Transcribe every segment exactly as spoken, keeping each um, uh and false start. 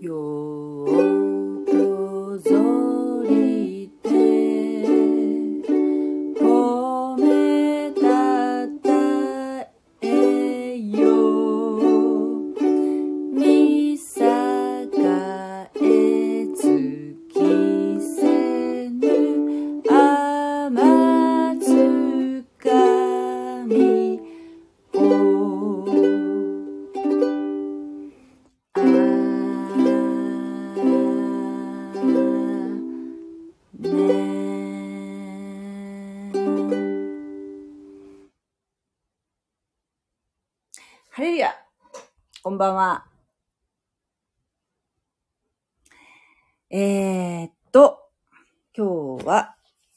よこぞりて褒めたたえよみさかえつきせぬあまつかみおあねハレルヤ、こんばんは。えーっと、今日は、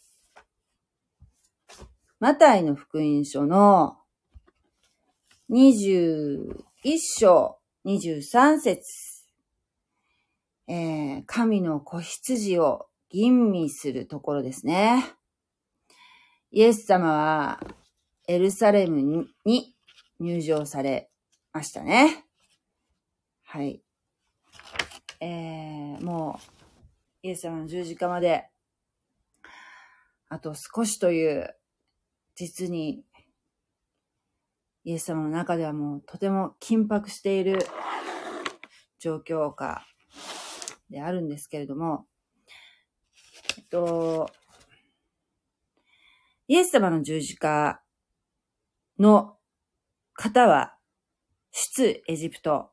マタイの福音書のにじゅういっ章にじゅうさん節、えー、神の子羊を吟味するところですね。イエス様はエルサレムに入場されましたね。はい。えー、もう、イエス様の十字架まで、あと少しという、実に、イエス様の中ではもうとても緊迫している状況下であるんですけれども、えっと、イエス様の十字架の型は、出エジプト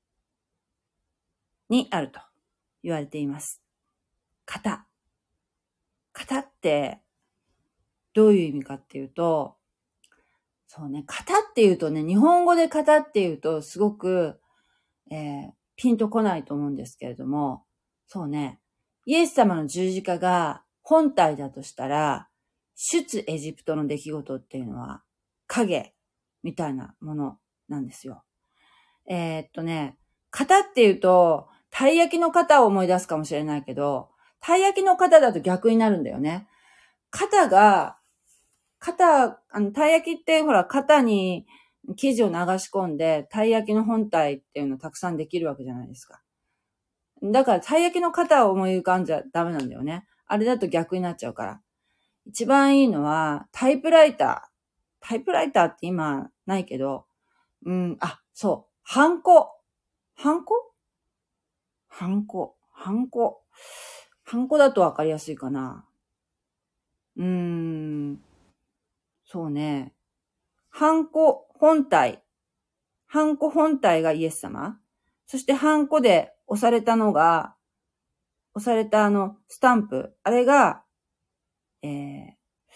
にあると言われています。型。型ってどういう意味かっていうと、そうね、型っていうとね、日本語で型っていうとすごく、えー、ピンとこないと思うんですけれども、そうね、イエス様の十字架が本体だとしたら、出エジプトの出来事っていうのは影みたいなものなんですよ。えー、っとね、型っていうと、たい焼きの型を思い出すかもしれないけど、たい焼きの型だと逆になるんだよね。型が、型、あの、たい焼きってほら、型に生地を流し込んで、たい焼きの本体っていうのをたくさんできるわけじゃないですか。だから、たい焼きの型を思い浮かんじゃダメなんだよね。あれだと逆になっちゃうから。一番いいのは、タイプライター。タイプライターって今ないけど、うん、あ、そう、ハンコ。ハンコハンコ。ハンコ。ハンコだとわかりやすいかな。うーん。そうね。ハンコ本体。ハンコ本体がイエス様。そしてハンコで押されたのが、押されたあのスタンプ。あれが、えー、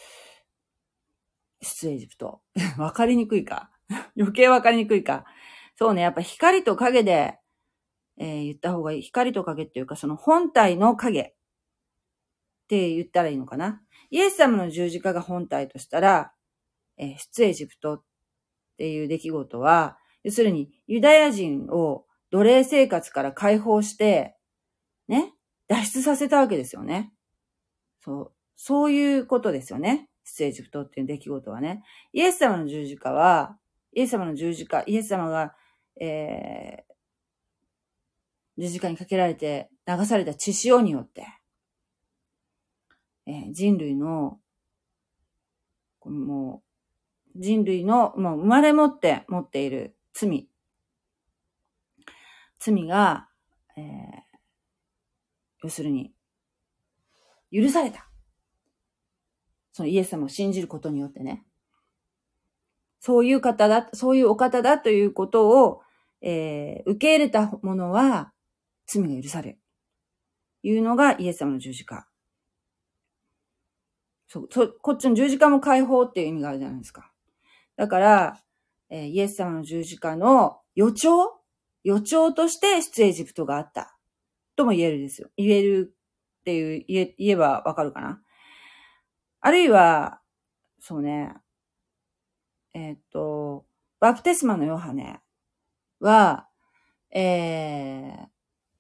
出エジプト。わかりにくいか。余計わかりにくいか。そうね。やっぱ光と影で、えー、言った方がいい。光と影っていうか、その本体の影って言ったらいいのかな。イエス様の十字架が本体としたら、えー、出エジプトっていう出来事は、要するにユダヤ人を奴隷生活から解放して、ね、脱出させたわけですよね。そう、そういうことですよね。出エジプトっていう出来事はね。イエス様の十字架は、イエス様の十字架、イエス様が、えー、十字架にかけられて流された血潮によって、えー、人類の、もう、人類の、もう生まれ持って持っている罪。罪が、えー、要するに、許された。そのイエス様を信じることによってね。そういう方だ、そういうお方だということを、えー、受け入れたものは、罪が許される。いうのがイエス様の十字架。そう、そ、こっちの十字架も解放っていう意味があるじゃないですか。だから、えー、イエス様の十字架の予兆予兆として出エジプトがあった。とも言えるですよ。言えるっていう、言え、言えばわかるかな。あるいは、そうね、えー、っと、バプテスマのヨハネは、えー、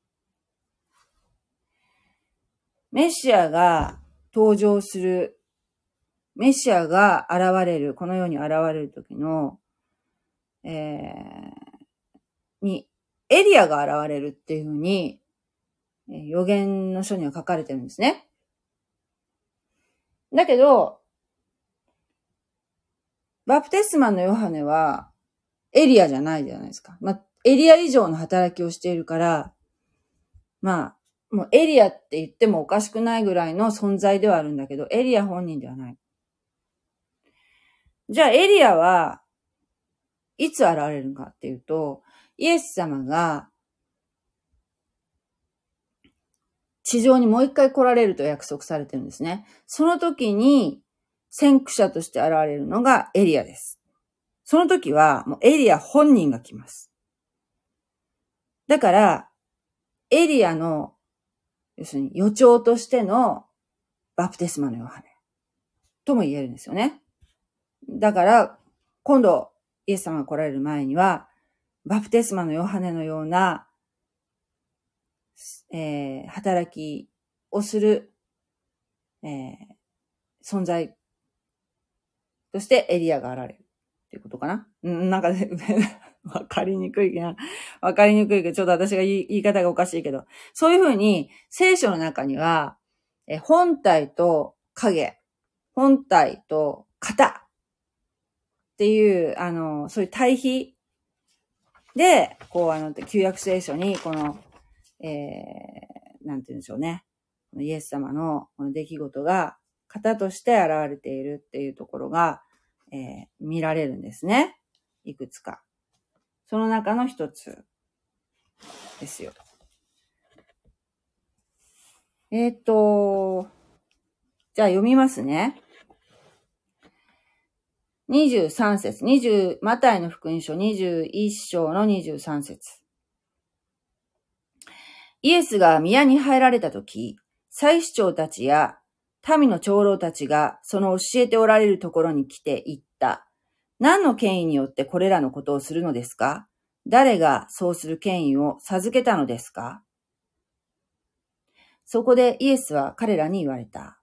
メシアが登場する、メシアが現れる、この世に現れる時の、えー、に、エリアが現れるっていうふうに預言の書には書かれてるんですね。だけど、バプテスマのヨハネはエリアじゃないじゃないですか。まあ、エリア以上の働きをしているから、まあ、もうエリアって言ってもおかしくないぐらいの存在ではあるんだけど、エリア本人ではない。じゃあエリアはいつ現れるかっていうと、イエス様が地上にもう一回来られると約束されてるんですね。その時に先駆者として現れるのがエリアです。その時はもうエリア本人が来ます。だから、エリアの、要するに予兆としてのバプテスマのヨハネとも言えるんですよね。だから、今度イエス様が来られる前には、バプテスマのヨハネのような、えー、働きをする、えー、存在としてエリアが現れるっていうことかな。うん、なんかね、わかりにくいな。わかりにくいけど、ちょっと私が言い、言い方がおかしいけど、そういうふうに聖書の中には、え本体と影、本体と型っていう、あの、そういう対比で、こう、あの、旧約聖書に、この、えー、なんて言うんでしょうね。イエス様のこの出来事が型として現れているっていうところが、えー、見られるんですね。いくつか。その中の一つですよ。えっと、じゃあ読みますね。にじゅうさん節、にじゅう、マタイの福音書にじゅういっ章のにじゅうさん節。イエスが宮に入られたとき、祭司長たちや民の長老たちがその教えておられるところに来て言った。何の権威によってこれらのことをするのですか？誰がそうする権威を授けたのですか？そこでイエスは彼らに言われた。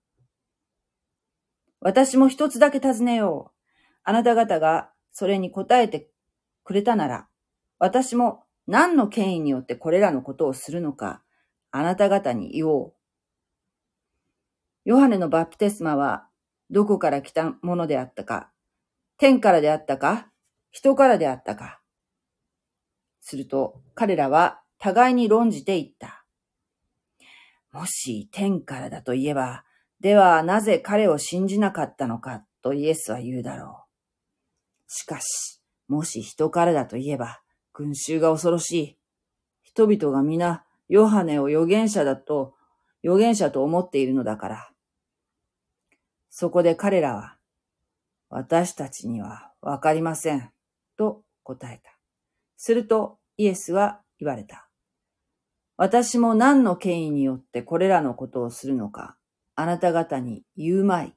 私も一つだけ尋ねよう。あなた方がそれに答えてくれたなら、私も何の権威によってこれらのことをするのか、あなた方に言おう。ヨハネのバプテスマはどこから来たものであったか、天からであったか、人からであったか。すると彼らは互いに論じて言った。もし天からだと言えば、ではなぜ彼を信じなかったのかとイエスは言うだろう。しかし、もし人からだと言えば、群衆が恐ろしい。人々が皆、ヨハネを預言者だと、預言者と思っているのだから。そこで彼らは、私たちにはわかりません、と答えた。するとイエスは言われた。私も何の権威によってこれらのことをするのか、あなた方に言うまい。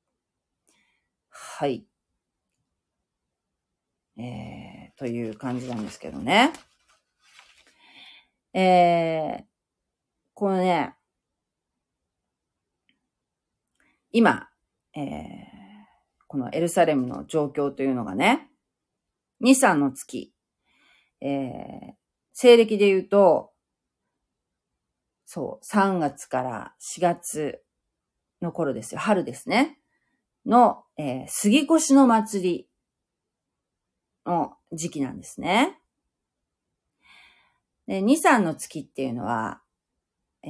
はい。えー、という感じなんですけどね。えー、このね、今、えー、このエルサレムの状況というのがね、に、さんの月、えー、西暦で言うと、そう、さんがつからしがつの頃ですよ。春ですね。の、えー、杉越の祭りの時期なんですね。で、に、さんの月っていうのは、えー、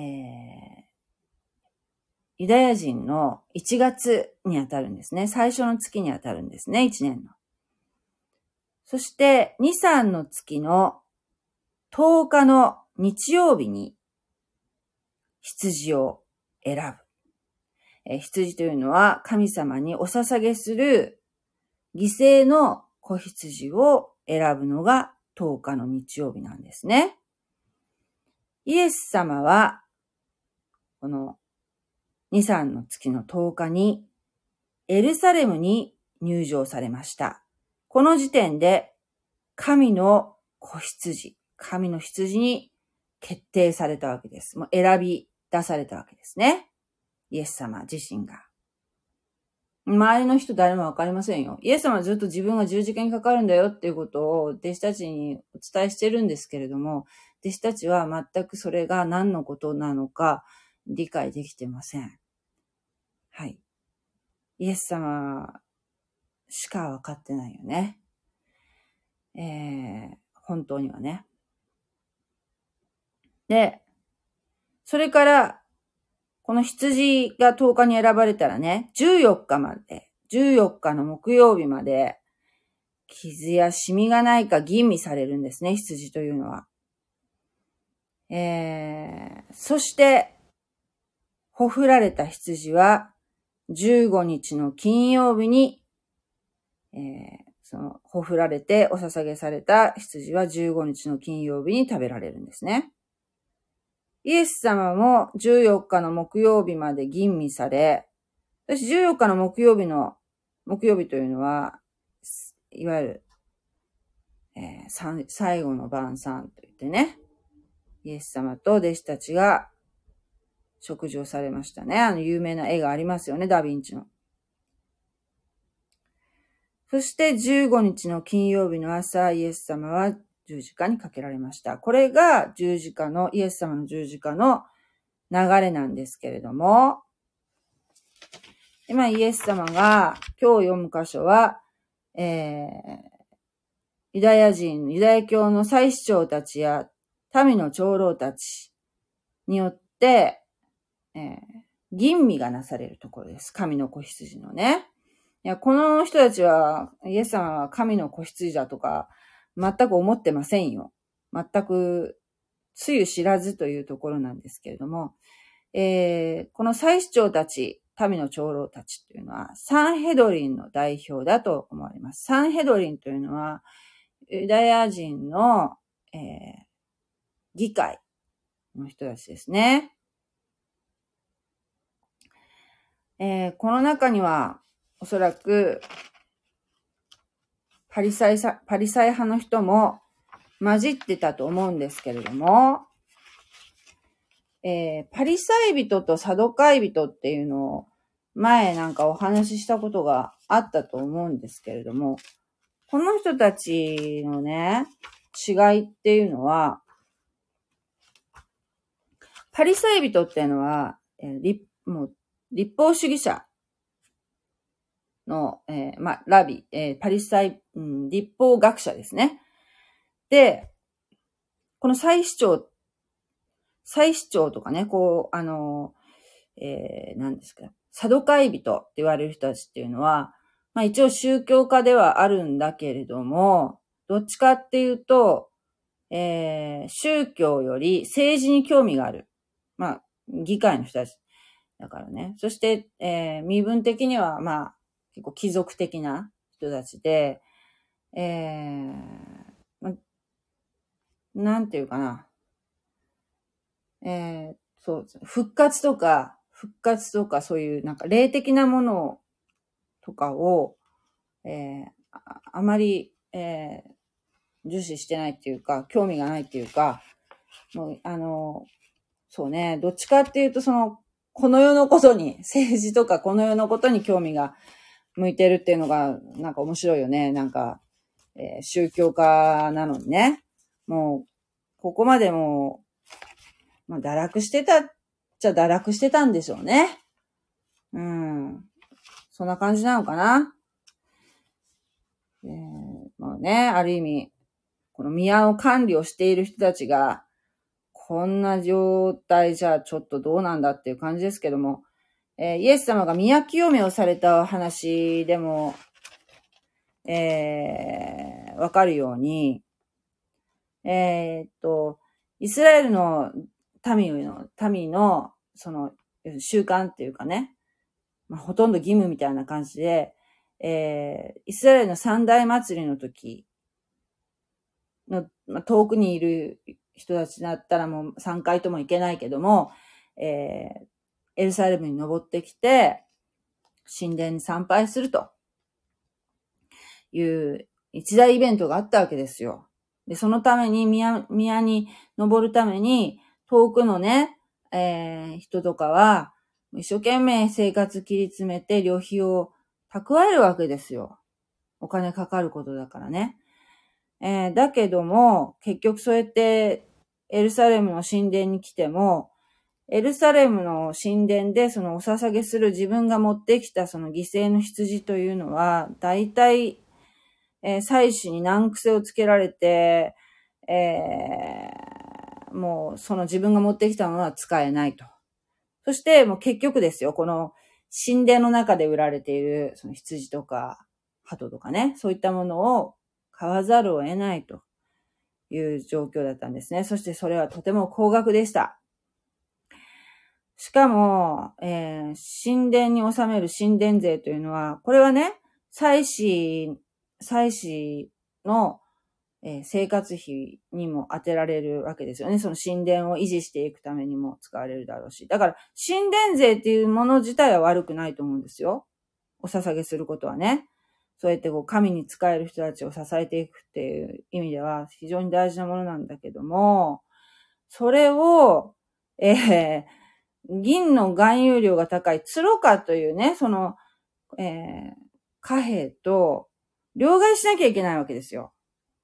ユダヤ人のいちがつにあたるんですね。最初の月にあたるんですね。いちねんの。そして、に、さんの月のとおかの日曜日に羊を選ぶ。えー、羊というのは神様にお捧げする犠牲の子羊を選ぶのがとおかの日曜日なんですね。イエス様は、このに、さんの月のとおかにエルサレムに入場されました。この時点で神の子羊、神の羊に決定されたわけです。もう選び出されたわけですね。イエス様自身が。 周りの人誰もわかりませんよ。イエス様はずっと自分が十字架にかかるんだよっていうことを弟子たちにお伝えしてるんですけれども、弟子たちは全くそれが何のことなのか理解できてません。はい。イエス様しかわかってないよね。えー、本当にはね。で、それから、この羊がとおかに選ばれたらね、じゅうよっかまで、じゅうよっかの木曜日まで、傷やシミがないか吟味されるんですね、羊というのは。えー、そして、ほふられた羊は、じゅうごにちの金曜日に、えー、その、ほふられてお捧げされた羊はじゅうごにちの金曜日に食べられるんですね。イエス様もじゅうよっかの木曜日まで吟味され、私じゅうよっかの木曜日の、木曜日というのは、いわゆる、えー、最後の晩餐といってね、イエス様と弟子たちが食事をされましたね。あの有名な絵がありますよね、ダヴィンチの。そしてじゅうごにちの金曜日の朝、イエス様は十字架にかけられました。これが十字架の、イエス様の十字架の流れなんですけれども、今イエス様が今日読む箇所は、えー、ユダヤ人、ユダヤ教の祭司長たちや民の長老たちによって、えー、吟味がなされるところです。神の子羊のね。いや、この人たちは、イエス様は神の子羊だとか、全く思ってませんよ。全く、つゆ知らずというところなんですけれども、えー、この祭司長たち、民の長老たちというのは、サンヘドリンの代表だと思われます。サンヘドリンというのは、ユダヤ人の、えー、議会の人たちですね。えー、この中には、おそらく、パリサイさ、パリサイ派の人も混じってたと思うんですけれども、えー、パリサイ人とサドカイ人っていうのを前なんかお話ししたことがあったと思うんですけれども、この人たちのね、違いっていうのは、パリサイ人っていうのは、えー、立もう立法主義者の、えー、まあ、ラビ、えー、パリサイ、うん、立法学者ですね。で、この祭司長、祭司長とかね、こう、あの、えー、何ですか、サドカイ人って言われる人たちっていうのは、まあ一応宗教家ではあるんだけれども、どっちかっていうと、えー、宗教より政治に興味がある。まあ、議会の人たち。だからね。そして、えー、身分的には、まあ、結構貴族的な人たちで、えー、ま、なんていうかな。えー、そう、復活とか、復活とかそういうなんか霊的なものとかを、えー、あ, あまり、えー、重視してないっていうか、興味がないっていうか、もう、あの、そうね、どっちかっていうとその、この世のことに、政治とかこの世のことに興味が向いてるっていうのが、なんか面白いよね。なんか、えー、宗教家なのにね。もう、ここまでもう、まあ、堕落してたっちゃ堕落してたんでしょうね。うん。そんな感じなのかな。えー、まあね、ある意味、この宮の管理をしている人たちが、こんな状態じゃちょっとどうなんだっていう感じですけども、えー、イエス様が宮清めをされた話でも、えー、わかるように、えー、っと、イスラエルの民の、民の、その、習慣っていうかね、まあ、ほとんど義務みたいな感じで、えー、イスラエルの三大祭りの時の、まあ、遠くにいる人たちだったらもうさんかいとも行けないけども、えー、エルサレムに登ってきて、神殿に参拝するという一大イベントがあったわけですよ。で、そのために宮、宮に登るために、遠くのね、えー、人とかは、一生懸命生活切り詰めて旅費を蓄えるわけですよ。お金かかることだからね。えー、だけども、結局そうやってエルサレムの神殿に来ても、エルサレムの神殿でそのお捧げする自分が持ってきたその犠牲の羊というのは、大体、えー、祭司に難癖をつけられて、えー、もうその自分が持ってきたものは使えないと。そしてもう結局ですよ、この神殿の中で売られているその羊とか鳩とかね、そういったものを買わざるを得ないという状況だったんですね。そしてそれはとても高額でした。しかも、えー、神殿に納める神殿税というのは、これはね、祭司、祭司の、えー、生活費にも当てられるわけですよね。その神殿を維持していくためにも使われるだろうし。だから、神殿税っていうもの自体は悪くないと思うんですよ。お捧げすることはね。そうやってこう神に仕える人たちを支えていくっていう意味では非常に大事なものなんだけども、それを、えー、銀の含有量が高いツロカというね、その、えー、貨幣と両替しなきゃいけないわけですよ。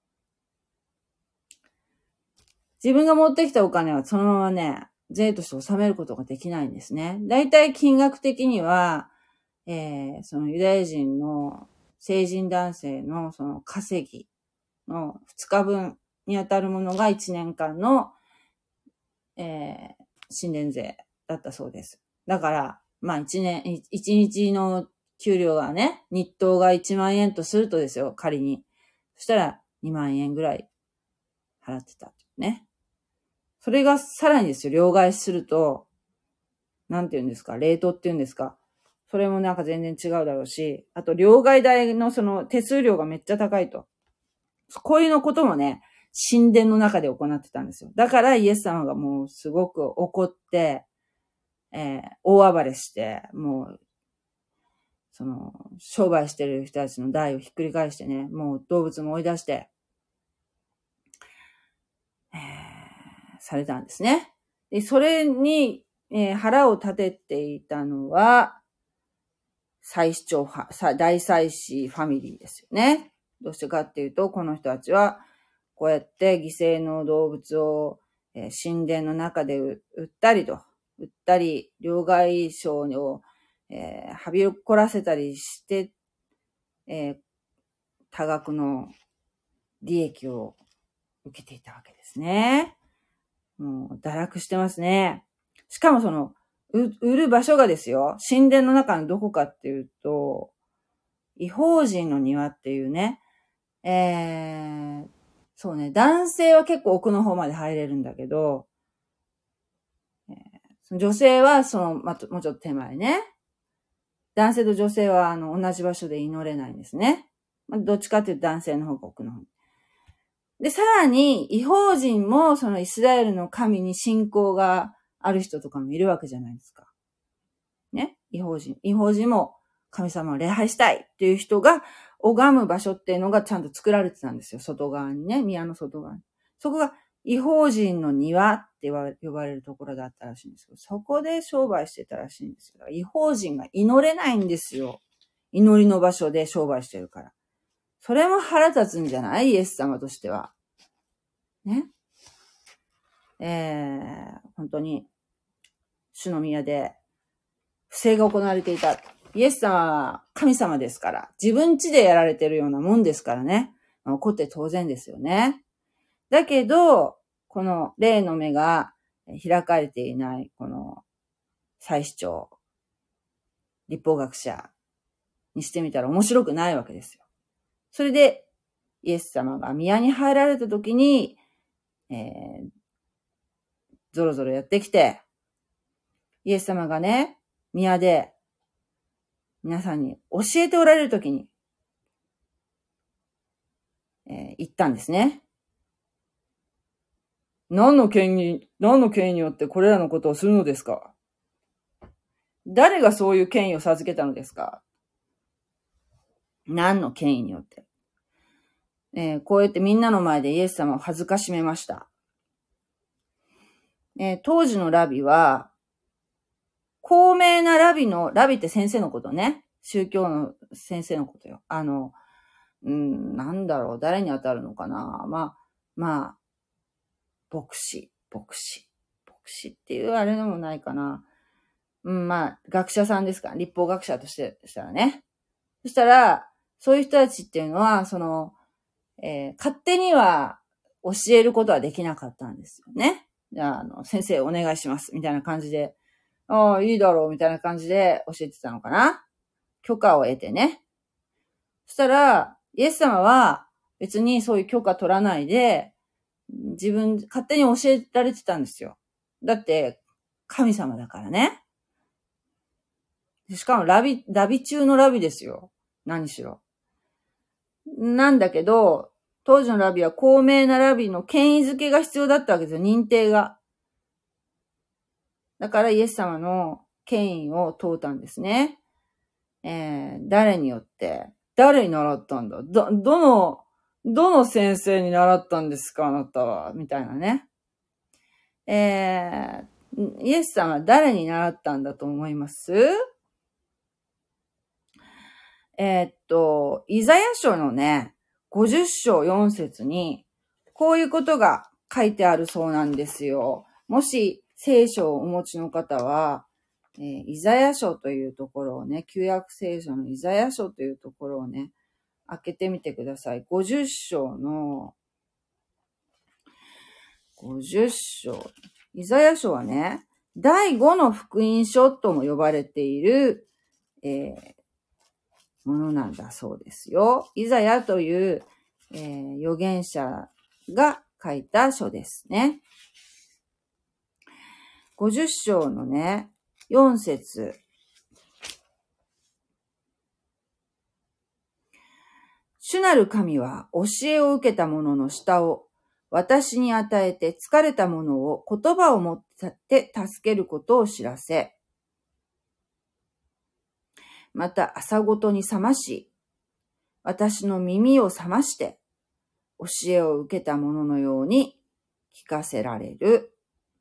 自分が持ってきたお金はそのままね、税として納めることができないんですね。だいたい金額的には、えー、そのユダヤ人の成人男性のその稼ぎのふつかぶんにあたるものがいちねんかんの、えー、神殿税だったそうです。だから、まあいちねん、いちにちの給料がね、日当がいちまんえんとするとですよ、仮に。そしたらにまんえんぐらい払ってた。ね。それがさらにですよ、両替すると、なんて言うんですか、レートって言うんですか。それもなんか全然違うだろうし、あと両替代のその手数料がめっちゃ高いと。こういうのこともね、神殿の中で行ってたんですよ。だからイエス様がもうすごく怒って、えー、大暴れして、もう、その、商売してる人たちの代をひっくり返してね、もう動物も追い出して、えー、されたんですね。で、それに、えー、腹を立てていたのは、祭司長派、大祭司ファミリーですよね。どうしてかっていうと、この人たちは、こうやって犠牲の動物を、えー、神殿の中で売ったりと、売ったり、両替商を、えー、はびこらせたりして、えー、多額の利益を受けていたわけですね。もう、堕落してますね。しかもその、売る場所がですよ、神殿の中のどこかっていうと、異邦人の庭っていうね、えー、そうね、男性は結構奥の方まで入れるんだけど、えー、その女性はその、ま、もうちょっと手前ね。男性と女性はあの同じ場所で祈れないんですね。まあ、どっちかっていうと男性の方が奥の方。で、さらに、異邦人もそのイスラエルの神に信仰がある人とかもいるわけじゃないですか。ね。異邦人。異邦人も神様を礼拝したいっていう人が拝む場所っていうのがちゃんと作られてたんですよ。外側にね。宮の外側に。そこが異邦人の庭って呼ばれるところだったらしいんですけど、そこで商売してたらしいんですよ。異邦人が祈れないんですよ。祈りの場所で商売してるから。それも腹立つんじゃない？イエス様としては。ね。えー、本当に、主の宮で不正が行われていた。イエス様は神様ですから、自分家でやられてるようなもんですからね。起こって当然ですよね。だけど、この霊の目が開かれていない、この祭司長、立法学者にしてみたら面白くないわけですよ。それで、イエス様が宮に入られた時に、えー、ゾロゾロやってきて、イエス様がね、宮で皆さんに教えておられるときに、えー、言ったんですね。何の権利、何の権威によってこれらのことをするのですか？誰がそういう権威を授けたのですか？何の権威によって。えー、こうやってみんなの前でイエス様を恥ずかしめました。えー、当時のラビは、高名なラビの、ラビって先生のことね。 宗教の先生のことよ。あの、うん、なんだろう、誰に当たるのかな。まあ、まあ、牧師、牧師、牧師っていうあれでもないかな。うん、まあ、学者さんですか。立法学者としてしたらね。そしたら、そういう人たちっていうのは、その、えー、勝手には教えることはできなかったんですよね。じゃあ、あの、先生お願いします。みたいな感じで、ああ、いいだろう、みたいな感じで教えてたのかな。許可を得てね。そしたら、イエス様は別にそういう許可取らないで、自分、勝手に教えられてたんですよ。だって、神様だからね。しかもラビ、ラビ中のラビですよ。何しろ。なんだけど、当時のラビは高名なラビの権威づけが必要だったわけですよ。認定が。だからイエス様の権威を問うたんですね。えー、誰によって、誰に習ったんだど、どの、どの先生に習ったんですかあなたはみたいなね。えー、イエス様は誰に習ったんだと思いますえー、っと、イザヤ書のね、ごじゅっ章よん節に、こういうことが書いてあるそうなんですよ。もし聖書をお持ちの方は、えー、イザヤ書というところをね、旧約聖書のイザヤ書というところをね、開けてみてください。ごじゅっ章の、ごじゅっ章。イザヤ書はね、第五の福音書とも呼ばれている、えー、ものなんだそうですよ。イザヤという、えー、預言者が書いた書ですね。ごじゅっ章のね、よん節。主なる神は教えを受けた者の舌を私に与えて疲れた者を言葉を持って助けることを知らせ、また朝ごとに覚まし、私の耳を覚まして、教えを受けた者のように聞かせられる。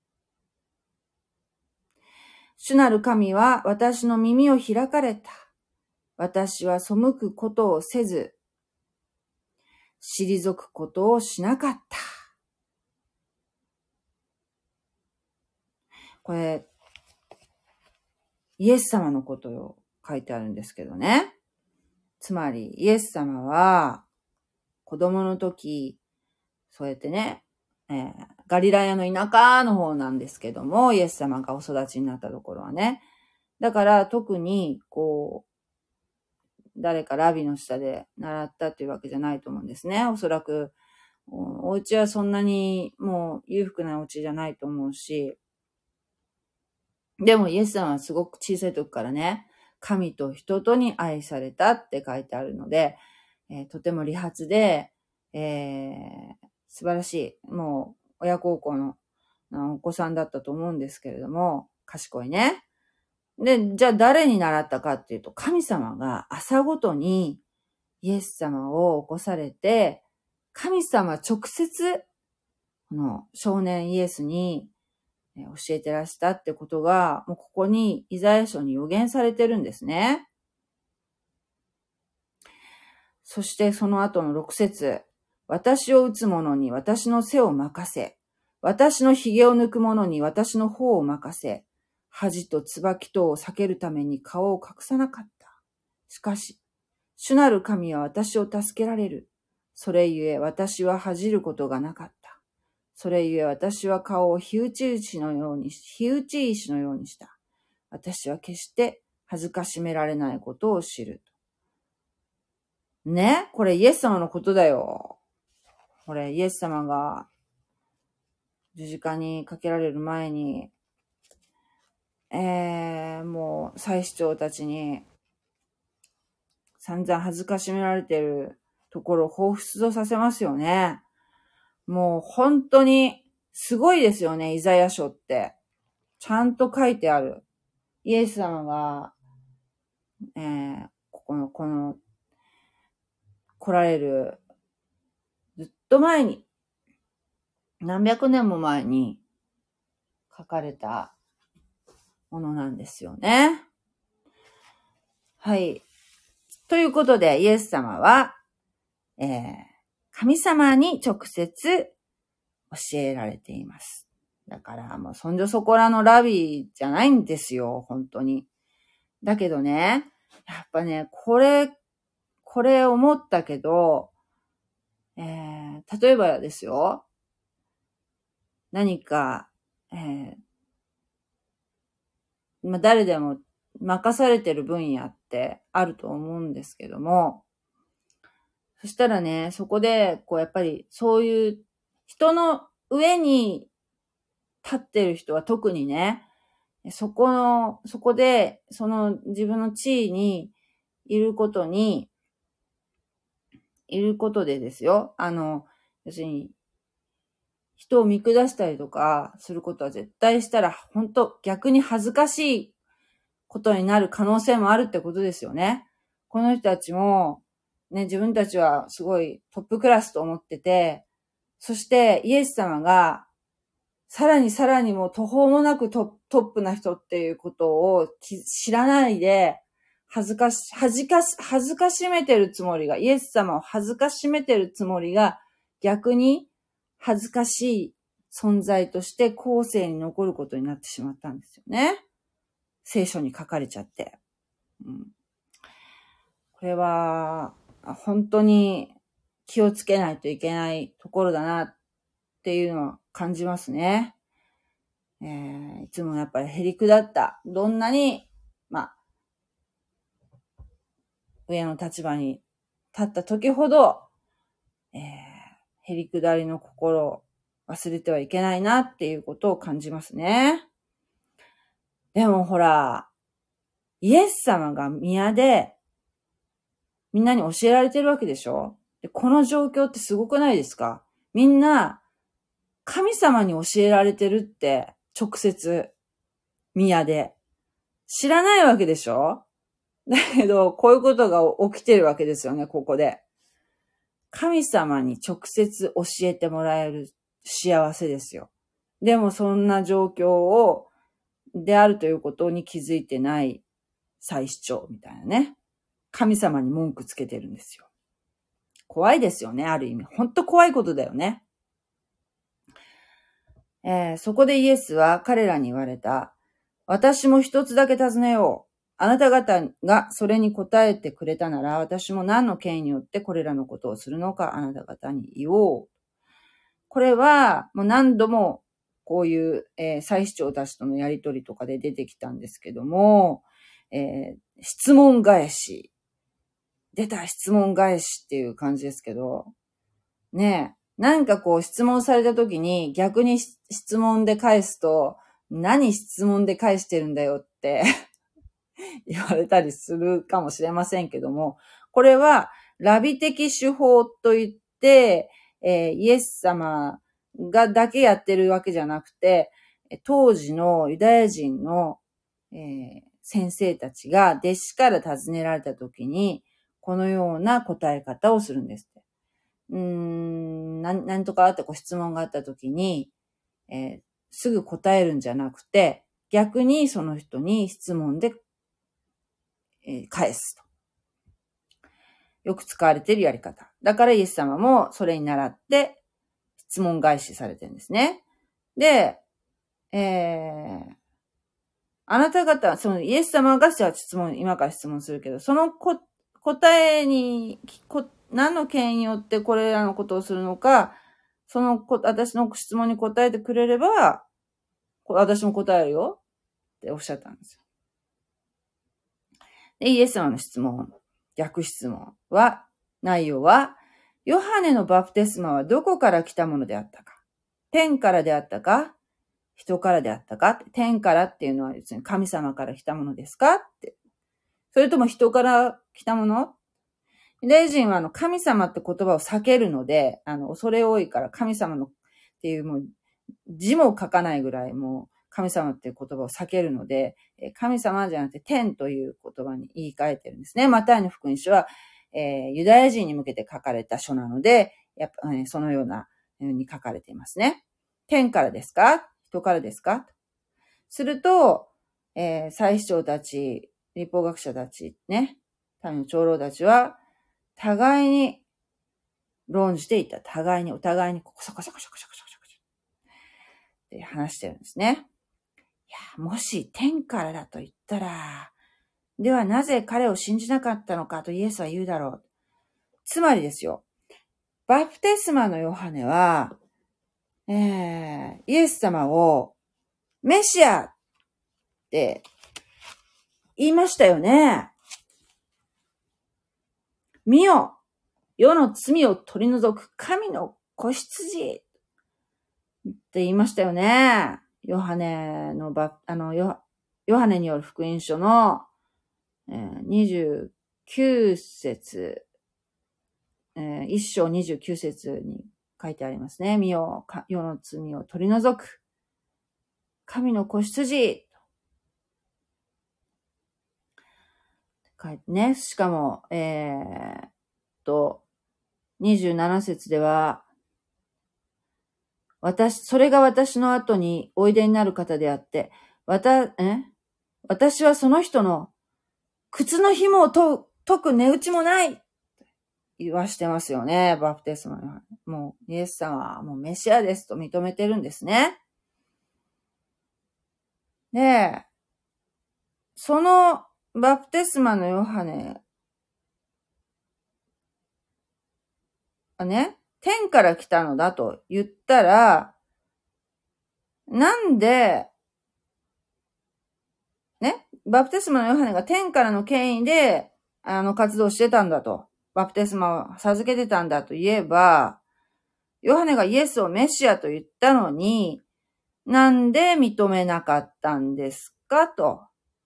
主なる神は私の耳を開かれた。私は背くことをせず、退くことをしなかった。これ、イエス様のことを書いてあるんですけどね。つまり、イエス様は、子供の時、そうやってね、えー、ガリラヤの田舎の方なんですけども、イエス様がお育ちになったところはね。だから特に、こう、誰かラビの下で習ったというわけじゃないと思うんですね。おそらく、お家はそんなにもう裕福なお家じゃないと思うし、でもイエス様はすごく小さい時からね、神と人とに愛されたって書いてあるので、えー、とても利発で、えー、素晴らしい、もう親孝行のお子さんだったと思うんですけれども、賢いね。で、じゃあ誰に習ったかっていうと、神様が朝ごとにイエス様を起こされて、神様直接、この少年イエスに教えてらしたってことが、もうここにイザヤ書に予言されてるんですね。そしてその後のろく節、私を打つ者に私の背を任せ、私の髭を抜く者に私の頬を任せ、恥と椿とを避けるために顔を隠さなかった。しかし、主なる神は私を助けられる。それゆえ私は恥じることがなかった。それゆえ私は顔を火打ち石のように、火打ち石のようにした。私は決して恥ずかしめられないことを知る。ね、これイエス様のことだよ。これイエス様が十字架にかけられる前に、えー、もう祭司長たちに散々恥ずかしめられているところを彷彿とさせますよね。もう本当にすごいですよね、イザヤ書って。ちゃんと書いてある。イエス様が、えー、ここの、この、来られる、ずっと前に、何百年も前に書かれたものなんですよね。はい。 ということで、イエス様は、えー、神様に直接教えられています。だから、もう、そんじょそこらのラビじゃないんですよ、本当に。だけどね、やっぱね、これ、これ思ったけど、えー、例えばですよ、何か、えー、まあ、誰でも任されてる分野ってあると思うんですけども、そしたらね、そこで、こう、やっぱり、そういう人の上に立ってる人は特にね、そこの、そこで、その自分の地位にいることに、いることでですよ。あの、要するに、人を見下したりとかすることは絶対したら、本当逆に恥ずかしいことになる可能性もあるってことですよね。この人たちも、ね、自分たちはすごいトップクラスと思ってて、そしてイエス様が、さらにさらにもう途方もなくトップな人っていうことを知らないで、恥ずかし、恥ずかし、恥ずかしめてるつもりが、イエス様を恥ずかしめてるつもりが、逆に恥ずかしい存在として後世に残ることになってしまったんですよね。聖書に書かれちゃって。うん、これは、本当に気をつけないといけないところだなっていうのは感じますね。えー、いつもやっぱりへりくだった。どんなに、まあ、上の立場に立った時ほど、えー、へりくだりの心を忘れてはいけないなっていうことを感じますね。でもほら、イエス様が宮でみんなに教えられてるわけでしょ？で、この状況ってすごくないですか？みんな神様に教えられてるって直接宮で知らないわけでしょ？だけど、こういうことが起きてるわけですよね、ここで。神様に直接教えてもらえる幸せですよ。でもそんな状況を、であるということに気づいてない祭司長みたいなね。神様に文句つけてるんですよ。怖いですよね、ある意味。ほんと怖いことだよね。えー、そこでイエスは彼らに言われた。私も一つだけ尋ねよう。あなた方がそれに答えてくれたなら、私も何の権威によってこれらのことをするのかあなた方に言おう。これはもう何度もこういう、えー、祭司長たちとのやりとりとかで出てきたんですけども、えー、質問返し。出た質問返しっていう感じですけど、ねえ、なんかこう質問された時に逆に質問で返すと、何質問で返してるんだよって言われたりするかもしれませんけども、これはラビ的手法といって、えー、イエス様がだけやってるわけじゃなくて、当時のユダヤ人の、えー、先生たちが弟子から尋ねられた時に、このような答え方をするんですって。うーん、なん、なんとかってこう質問があった時に、えー、すぐ答えるんじゃなくて、逆にその人に質問で、えー、返すと。よく使われているやり方。だからイエス様もそれに倣って質問返しされてるんですね。で、えー、あなた方、そのイエス様がじゃあ質問、今から質問するけど、そのこ答えにこ、何の権威によってこれらのことをするのか、そのこ、私の質問に答えてくれれば、私も答えるよっておっしゃったんですよ。で、イエス様の質問、逆質問は、内容は、ヨハネのバプテスマはどこから来たものであったか？天からであったか？人からであったか？天からっていうのは別に神様から来たものですかって。それとも人から来たもの？ユダヤ人はあの神様って言葉を避けるので、あの恐れ多いから神様のっていうもう字も書かないぐらいもう神様っていう言葉を避けるので、神様じゃなくて天という言葉に言い換えてるんですね。マタイの福音書は、えー、ユダヤ人に向けて書かれた書なので、やっぱ、ね、そのようなように書かれていますね。天からですか？人からですか？すると、えー、祭司長たち、律法学者たちね、 民の長老たちは、互いに論じていた。互いに、お互いに、こそこそこそこそこそこそこって話してるんですね。いや、もし天からだと言ったら、ではなぜ彼を信じなかったのかとイエスは言うだろう。つまりですよ、バプテスマのヨハネは、えー、イエス様をメシアって言いましたよね。見よ、世の罪を取り除く神の子羊って言いましたよね。ヨハネのバ、あの、ヨ、ヨハネによる福音書の、えー、にじゅうきゅう節、えー、いっ章にじゅうきゅう節に書いてありますね。見よ、世の罪を取り除く神の子羊書いてね。しかも、えー、と、にじゅうなな節では、私、それが私の後においでになる方であって、わた、え私はその人の靴の紐を解く値打ちもない言わしてますよね、バプテスマの。もう、イエス様はもうメシアですと認めてるんですね。で、そのバプテスマのヨハネはね、天から来たのだと言ったら、なんで、ね、バプテスマのヨハネが天からの権威で、あの、活動してたんだと。バプテスマを授けてたんだと言えば、ヨハネがイエスをメシアと言ったのに、なんで認めなかったんですかと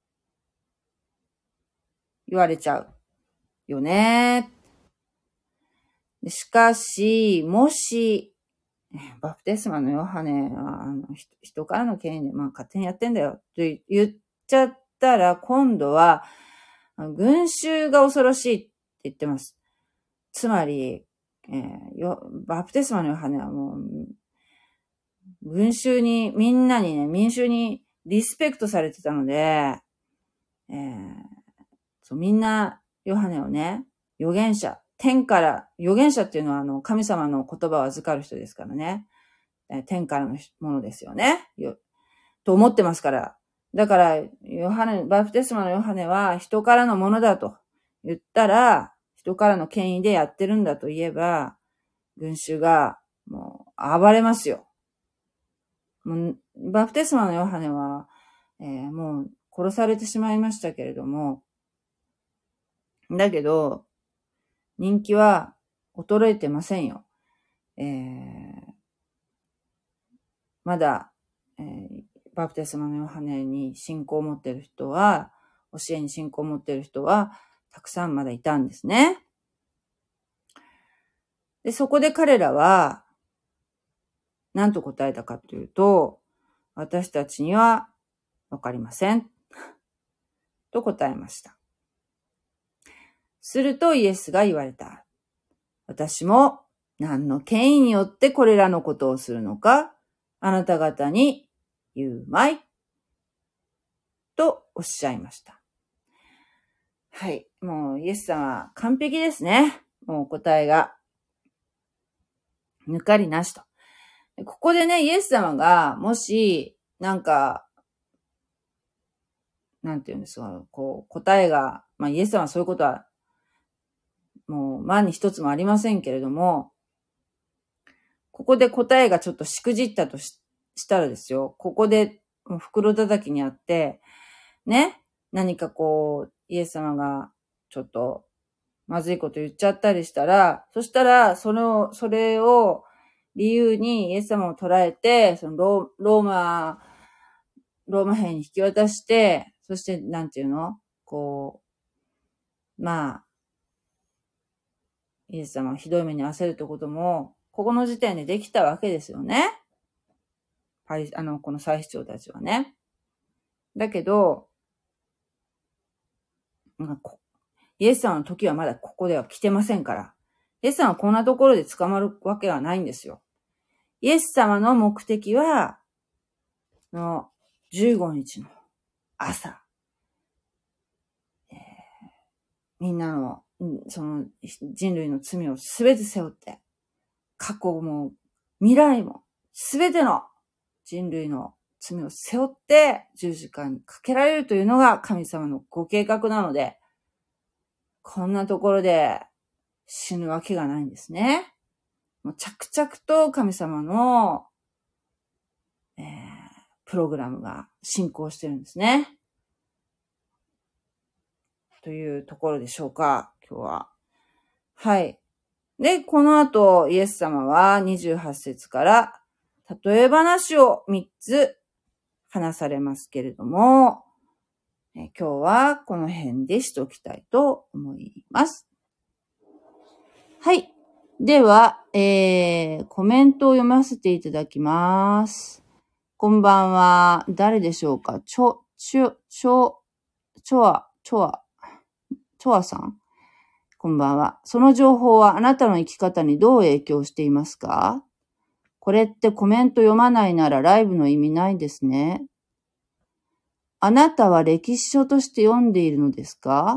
言われちゃうよね。しかし、もし、バプテスマのヨハネはあの人からの権威で、まあ勝手にやってんだよって言っちゃったら、今度は群衆が恐ろしいって言ってます。つまり、えー、よバプテスマのヨハネはもう群衆に、みんなにね、民衆にリスペクトされてたので、えー、そうみんなヨハネをね、預言者、天から、預言者っていうのはあの神様の言葉を預かる人ですからね。天からのものですよね。よと思ってますから。だから、ヨハネ、バプテスマのヨハネは人からのものだと言ったら、人からの権威でやってるんだと言えば、群衆がもう暴れますよ。もうバプテスマのヨハネは、えー、もう殺されてしまいましたけれども、だけど、人気は衰えてませんよ。えー、まだ、えー、バプテスマのヨハネに信仰を持っている人は、教えに信仰を持っている人は、たくさんまだいたんですね。で、そこで彼らは、何と答えたかというと、私たちにはわかりません。と答えました。するとイエスが言われた。私も何の権威によってこれらのことをするのか、あなた方に言うまい。とおっしゃいました。はい。もうイエス様は完璧ですね。もう答えが。抜かりなしと。ここでね、イエス様が、もし、なんか、なんていうんですか、こう、答えが、まあイエス様はそういうことは、もう万に一つもありませんけれども、ここで答えがちょっとしくじったと し, したらですよ、ここで袋叩きにあって、ね、何かこう、イエス様がちょっとまずいこと言っちゃったりしたら、そしたら、その、それを理由にイエス様を捕らえて、そのロー、ローマ、ローマ兵に引き渡して、そして、なんていうのこう、まあ、イエス様をひどい目に遭わせるってことも、ここの時点でできたわけですよね。パリ、あの、この祭司長たちはね。だけど、イエス様の時はまだここでは来てませんから。イエス様はこんなところで捕まるわけはないんですよ。イエス様の目的は、のじゅうごにちの朝、えー、 みんなの、その人類の罪をすべて背負って、過去も未来もすべての人類の罪を背負って十字架にかけられるというのが神様のご計画なので、こんなところで死ぬわけがないんですね。もう着々と神様の、えー、プログラムが進行してるんですね。というところでしょうか、今日は。はい。で、この後、イエス様はにじゅうはち節から例え話をみっつ話されますけれども、え今日はこの辺でしておきたいと思います。はい。では、えー、コメントを読ませていただきます。こんばんは。誰でしょうか？ちょ、ちょ、ちょ、ちょあ、ちょあ、ちょあさん？こんばんは。その情報はあなたの生き方にどう影響していますか？これってコメント読まないならライブの意味ないですね。あなたは歴史書として読んでいるのですか？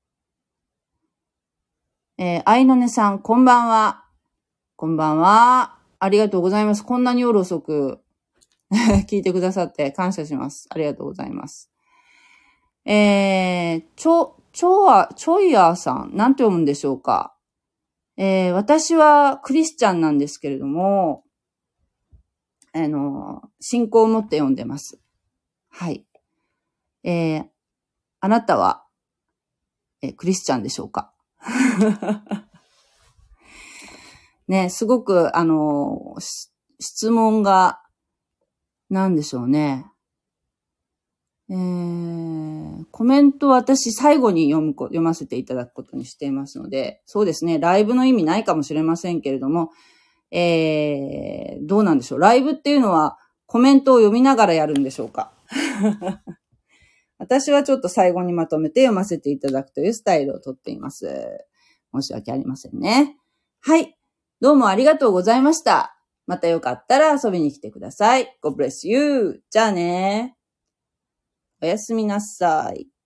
えー、愛のねさん、こんばんは。こんばんは。ありがとうございます。こんなに夜遅く聞いてくださって感謝します。ありがとうございます。えー、ちょ、ちょあ、ちょいやーさん、なんて読むんでしょうか。えー、私はクリスチャンなんですけれども、あの、信仰を持って読んでます。はい。えー、あなたは、えー、クリスチャンでしょうかね、すごく、あの、質問が、なんでしょうね。えー、コメントは私最後に読むこ、読ませていただくことにしていますので、そうですね、ライブの意味ないかもしれませんけれども、えー、どうなんでしょう。ライブっていうのはコメントを読みながらやるんでしょうか。私はちょっと最後にまとめて読ませていただくというスタイルをとっています。申し訳ありませんね。はい。どうもありがとうございました。またよかったら遊びに来てください。God bless you. じゃあね。おやすみなさい。